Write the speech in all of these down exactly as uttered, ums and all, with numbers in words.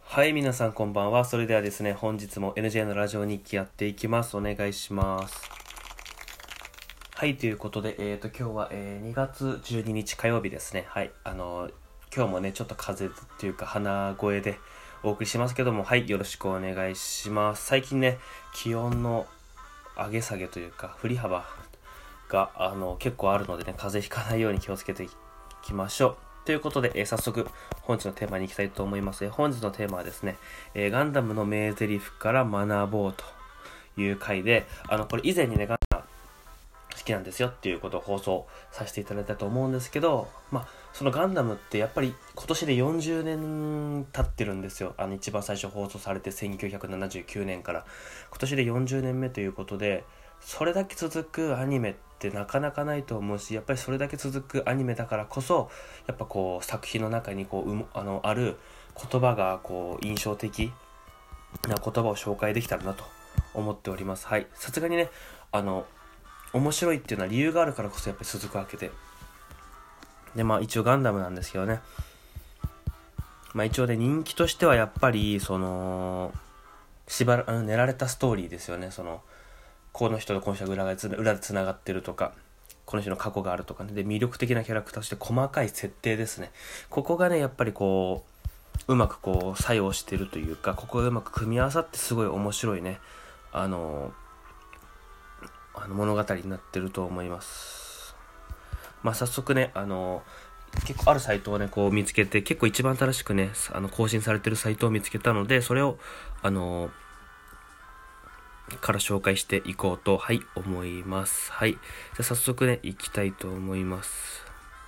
はい、皆さんこんばんは。それではですね、本日も エヌジェー のラジオ日記やっていきます。お願いします。はい、ということで、えーと、今日は、えー、にがつじゅうににち火曜日ですね。はい、あのー、今日もね、ちょっと風邪というか鼻声でお送りしますけども、はい、よろしくお願いします。最近ね、気温の上げ下げというか、振り幅が、あの、結構あるのでね、風邪ひかないように気をつけていきましょう。ということで、えー、早速本日のテーマに行きたいと思います。えー、本日のテーマはですね、えー、ガンダムの名台詞から学ぼうという回で、あのこれ以前にねガンダム好きなんですよっていうことを放送させていただいたと思うんですけど、まあそのガンダムってやっぱり今年でよんじゅうねん経ってるんですよ。あの一番最初放送されてせんきゅうひゃくななじゅうきゅうねんから今年でよんじゅうねんめということで、それだけ続くアニメってなかなかないと思うし、やっぱりそれだけ続くアニメだからこそやっぱこう作品の中にこううあのある言葉がこう印象的な言葉を紹介できたらなと思っております。はい、さすがにね、あの面白いっていうのは理由があるからこそやっぱり続くわけで、でまあ一応ガンダムなんですけどね、まあ一応ね人気としてはやっぱりその縛らあの練られたストーリーですよね。そのこの人とこの人が裏でつ裏でつながってるとか、この人の過去があるとかね、で魅力的なキャラクターとして細かい設定ですね。ここがねやっぱりこううまくこう作用してるというか、ここがうまく組み合わさってすごい面白いねあのあの物語になってると思います。まあ早速ね、あの結構あるサイトをねこう見つけて、結構一番新しくねあの更新されてるサイトを見つけたので、それをあのから紹介していこうとはい思います。はい、じゃあ早速ねいきたいと思います。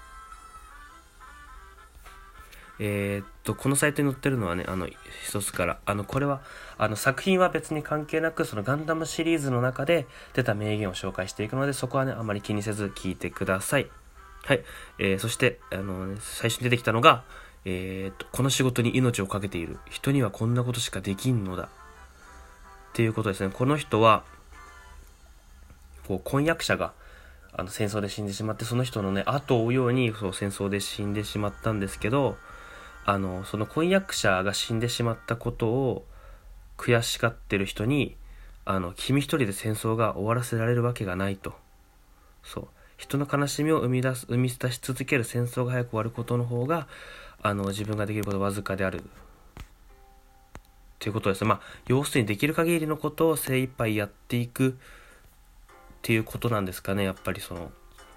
えー、っとこのサイトに載ってるのはね、あの一つからあのこれはあの作品は別に関係なく、そのガンダムシリーズの中で出た名言を紹介していくので、そこはねあまり気にせず聞いてください。はい、えー、そしてあの、ね、最初に出てきたのが、えー、っとこの仕事に命を懸けている人にはこんなことしかできんのだっていうことですね。この人はこう婚約者があの戦争で死んでしまって、その人のね後を追うようにそう戦争で死んでしまったんですけど、あのその婚約者が死んでしまったことを悔しがってる人に、あの君一人で戦争が終わらせられるわけがないと、そう人の悲しみを生み出す生み出し続ける戦争が早く終わることの方があの自分ができることはわずかであるということです。まあ要するにできる限りのことを精一杯やっていくっていうことなんですかね。やっぱりその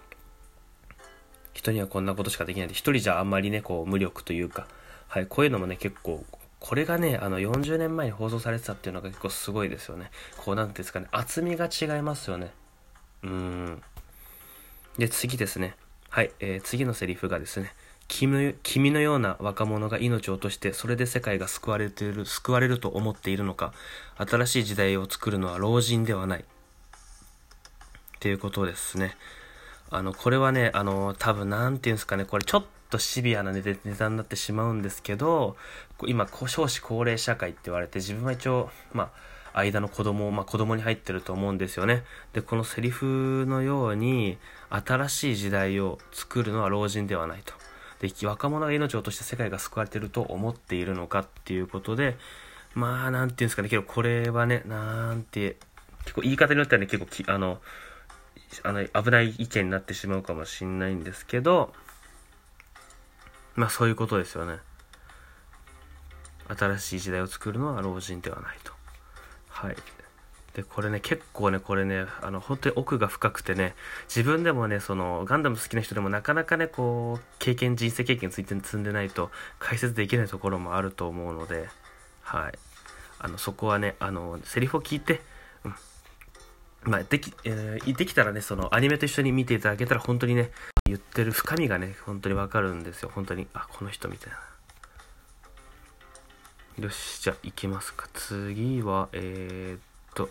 人にはこんなことしかできないで、一人じゃあんまりねこう無力というか、はい、こういうのもね結構これがねあのよんじゅうねんまえに放送されてたっていうのが結構すごいですよね。こうなんていうんですかね、厚みが違いますよね。うーんで次ですね。はい、えー、次のセリフがですね、君の君のような若者が命を落としてそれで世界が救われている救われると思っているのか、新しい時代を作るのは老人ではないっていうことですね。あのこれはねあの多分なんていうんですかね、これちょっとシビアなネタになってしまうんですけど、今少子高齢社会って言われて、自分は一応まあ間の子供、まあ子供に入ってると思うんですよね。でこのセリフのように新しい時代を作るのは老人ではないと、で若者が命を落として世界が救われていると思っているのかっていうことで、まあなんていうんですかね、結構これはねなんて結構言い方によってはね結構きあのあの危ない意見になってしまうかもしれないんですけど、まあそういうことですよね。新しい時代を作るのは老人ではないと。はい。でこれね結構ねこれねあの本当に奥が深くてね、自分でもねそのガンダム好きな人でもなかなかねこう経験人生経験ついて積んでないと解説できないところもあると思うので、はい、あのそこはねあのセリフを聞いて、うんまあ、でき、えー、できたらねそのアニメと一緒に見ていただけたら本当にね言ってる深みがね本当にわかるんですよ。本当にあこの人みたいな。よしじゃあ行きますか。次はえー、っと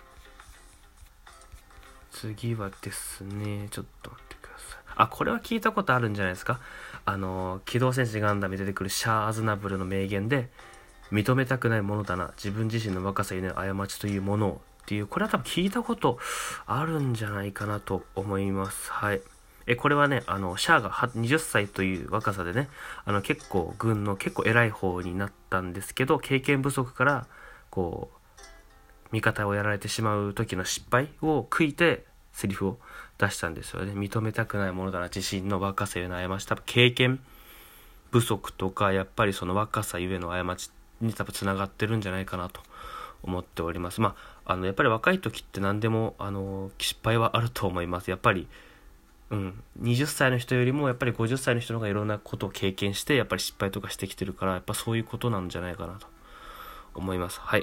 次はですねちょっと待ってください。あこれは聞いたことあるんじゃないですか。あの機動戦士ガンダムに出てくるシャア・アズナブルの名言で、認めたくないものだな自分自身の若さゆえの過ちというものをっていう、これは多分聞いたことあるんじゃないかなと思います。はい。 えこれはね、あのシャアがははたちという若さでね、あの結構軍の結構偉い方になったんですけど、経験不足からこう味方をやられてしまう時の失敗を悔いてセリフを出したんですよね。認めたくないものだな、自身の若さゆえの過ち、多分経験不足とか、やっぱりその若さゆえの過ちに多分つながってるんじゃないかなと思っております。まあ、あのやっぱり若い時って何でもあの失敗はあると思います。やっぱりうん、はたちの人よりもやっぱりごじゅっさいの人の方がいろんなことを経験してやっぱり失敗とかしてきてるから、やっぱそういうことなんじゃないかなと思います。はい、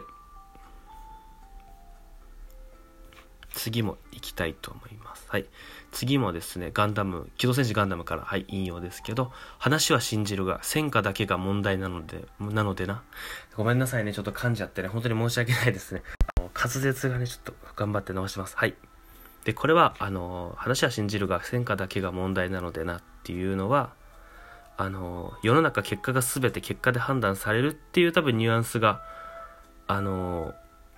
次も行きたいと思います。はい、次もですね、ガンダム、機動戦士ガンダムから、はい、引用ですけど、話は信じるが戦果だけが問題なのでなのでな。ごめんなさいね、ちょっと噛んじゃってね、本当に申し訳ないですね。あの滑舌がね、ちょっと頑張って直します。はい。でこれはあの話は信じるが戦果だけが問題なのでなっていうのは、あの世の中結果が全て結果で判断されるっていう多分ニュアンスがあの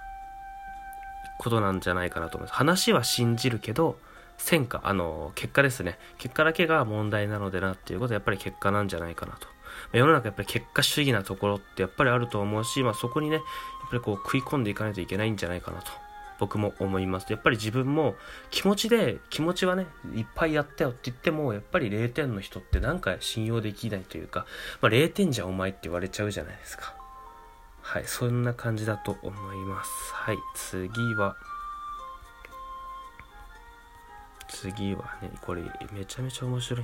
ことなんじゃないかなと思います。話は信じるけど戦果、あの結果ですね、結果だけが問題なのでなっていうことはやっぱり結果なんじゃないかなと。世の中やっぱり結果主義なところってやっぱりあると思うし、まあ、そこにねやっぱりこう食い込んでいかないといけないんじゃないかなと僕も思います。やっぱり自分も気持ちで気持ちはねいっぱいやったよって言っても、やっぱりれいてんの人ってなんか信用できないというか、まあ、れいてんじゃお前って言われちゃうじゃないですか。はい、そんな感じだと思います。はい、次は次はね、これめちゃめちゃ面白いね。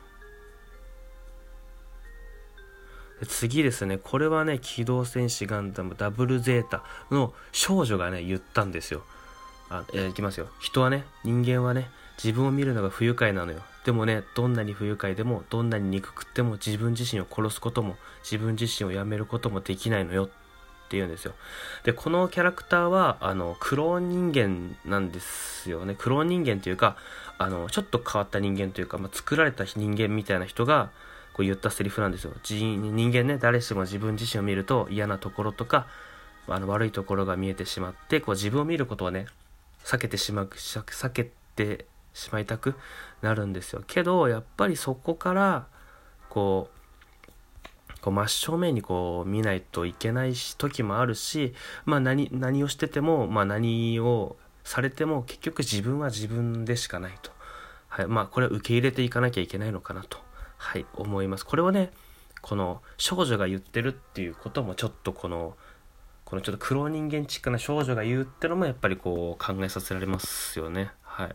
次ですね、これはね、機動戦士ガンダムダブルゼータの少女がね言ったんですよ。あ、えー、いきますよ。人はね、人間はね、自分を見るのが不愉快なのよ。でもね、どんなに不愉快でも、どんなに憎くっても、自分自身を殺すことも、自分自身をやめることもできないのよって言うんですよ。で、このキャラクターは、あの、クローン人間なんですよね。クローン人間というか、あの、ちょっと変わった人間というか、まあ、作られた人間みたいな人が、こう言ったセリフなんですよ。人間ね、誰しも自分自身を見ると嫌なところとか、あの悪いところが見えてしまって、こう自分を見ることはね、避けてしまう避けてしまいたくなるんですよ。けどやっぱりそこからこうこう真正面にこう見ないといけない時もあるし、まあ何何をしてても、まあ何をされても結局自分は自分でしかないと。はい、まあこれは受け入れていかなきゃいけないのかなと、はい、思います。これはね、この少女が言ってるっていうこともちょっとこのこのちょっと黒人間チックな少女が言うってのもやっぱりこう考えさせられますよね。はい。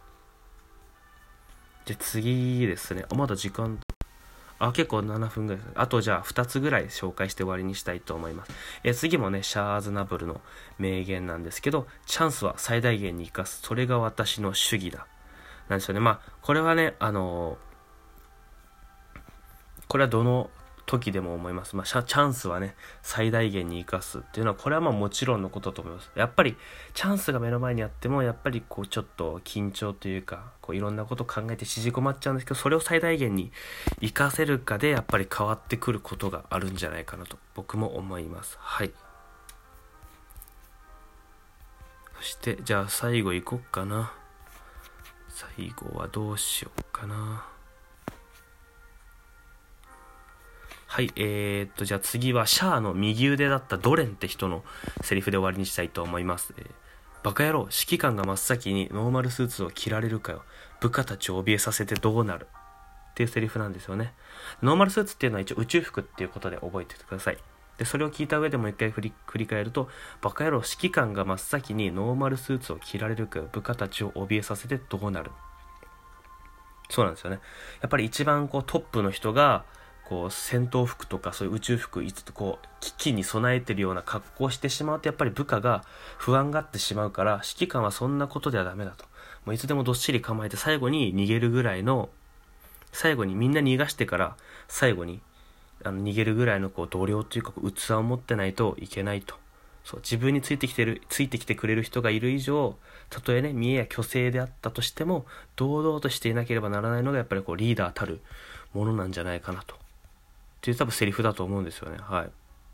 で次ですね。あ、まだ時間、あ、結構ななふんぐらいです。あとじゃあふたつぐらい紹介して終わりにしたいと思います。え次もね、シャーズナブルの名言なんですけど、チャンスは最大限に生かす。それが私の主義だ。なんですよね。まあこれはね、あのー、これはどの時でも思います。まあ、チャンスはね最大限に生かすっていうのはこれはまあもちろんのことと思います。やっぱりチャンスが目の前にあってもやっぱりこうちょっと緊張というかこういろんなことを考えて縮こまっちゃうんですけど、それを最大限に生かせるかでやっぱり変わってくることがあるんじゃないかなと僕も思います。はい。そしてじゃあ最後いこっかな。最後はどうしようかな。はい、えー、っと、じゃあ次はシャアの右腕だったドレンって人のセリフで終わりにしたいと思います。えー、バカ野郎、指揮官が真っ先にノーマルスーツを着られるかよ。部下たちを怯えさせてどうなるっていうセリフなんですよね。ノーマルスーツっていうのは一応宇宙服っていうことで覚えておいてください。で、それを聞いた上でもう一回振り振り返ると、バカ野郎、指揮官が真っ先にノーマルスーツを着られるかよ。部下たちを怯えさせてどうなる。そうなんですよね。やっぱり一番こうトップの人がこう戦闘服とかそういう宇宙服いつこう危機に備えてるような格好をしてしまうと、やっぱり部下が不安がってしまうから、指揮官はそんなことではダメだと。もういつでもどっしり構えて最後に逃げるぐらいの、最後にみんな逃がしてから最後にあの逃げるぐらいのこう度量というか器を持ってないといけないと。そう、自分についてきてるついてきてくれる人がいる以上、たとえね見栄や虚勢であったとしても堂々としていなければならないのがやっぱりこうリーダーたるものなんじゃないかなとっていう多分セリフだと思うんですよね。はい。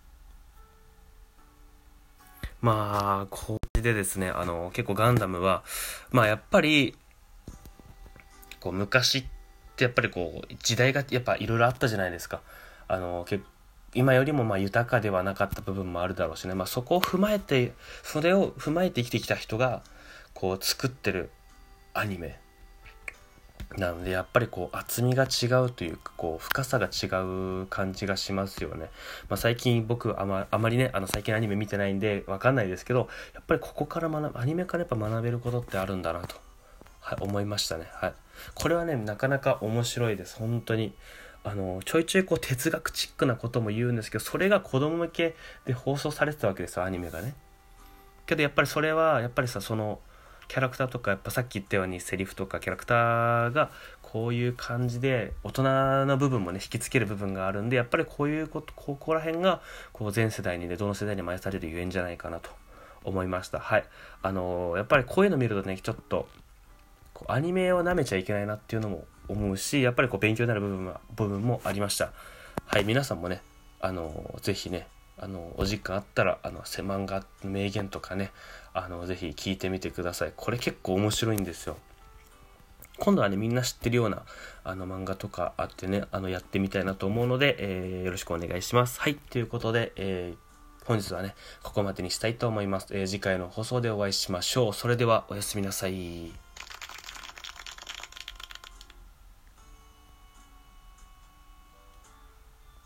まあこうでですね、あの結構ガンダムはまあやっぱりこう昔ってやっぱりこう時代がやっぱいろいろあったじゃないですか。あのけ今よりもまあ豊かではなかった部分もあるだろうしね、まあ、そこを踏まえてそれを踏まえて生きてきた人がこう作ってるアニメなので、やっぱりこう厚みが違うというか、こう深さが違う感じがしますよね。まあ、最近僕あまあまりねあの最近アニメ見てないんでわかんないですけど、やっぱりここから学ぶアニメからやっぱ学べることってあるんだなと、はい、思いましたね。はい、これはねなかなか面白いです本当に。あのちょいちょいこう哲学チックなことも言うんですけど、それが子供向けで放送されてたわけですよ、アニメがね。けどやっぱりそれはやっぱりさ、そのキャラクターとかやっぱさっき言ったようにセリフとかキャラクターがこういう感じで大人の部分もね引きつける部分があるんで、やっぱりこういうことここら辺がこう全世代にねどの世代にも愛されるゆえんじゃないかなと思いました。はい、あのー、やっぱりこういうの見るとねちょっとこうアニメを舐めちゃいけないなっていうのも思うし、やっぱりこう勉強になる部分は部分もありました。はい、皆さんもねあのぜひねあのお時間あったらあの漫画の名言とかねあのぜひ聞いてみてください。これ結構面白いんですよ。今度はねみんな知ってるようなあの漫画とかあってねあのやってみたいなと思うので、えー、よろしくお願いします。はい、ということで、えー、本日はねここまでにしたいと思います。えー、次回の放送でお会いしましょう。それではおやすみなさい。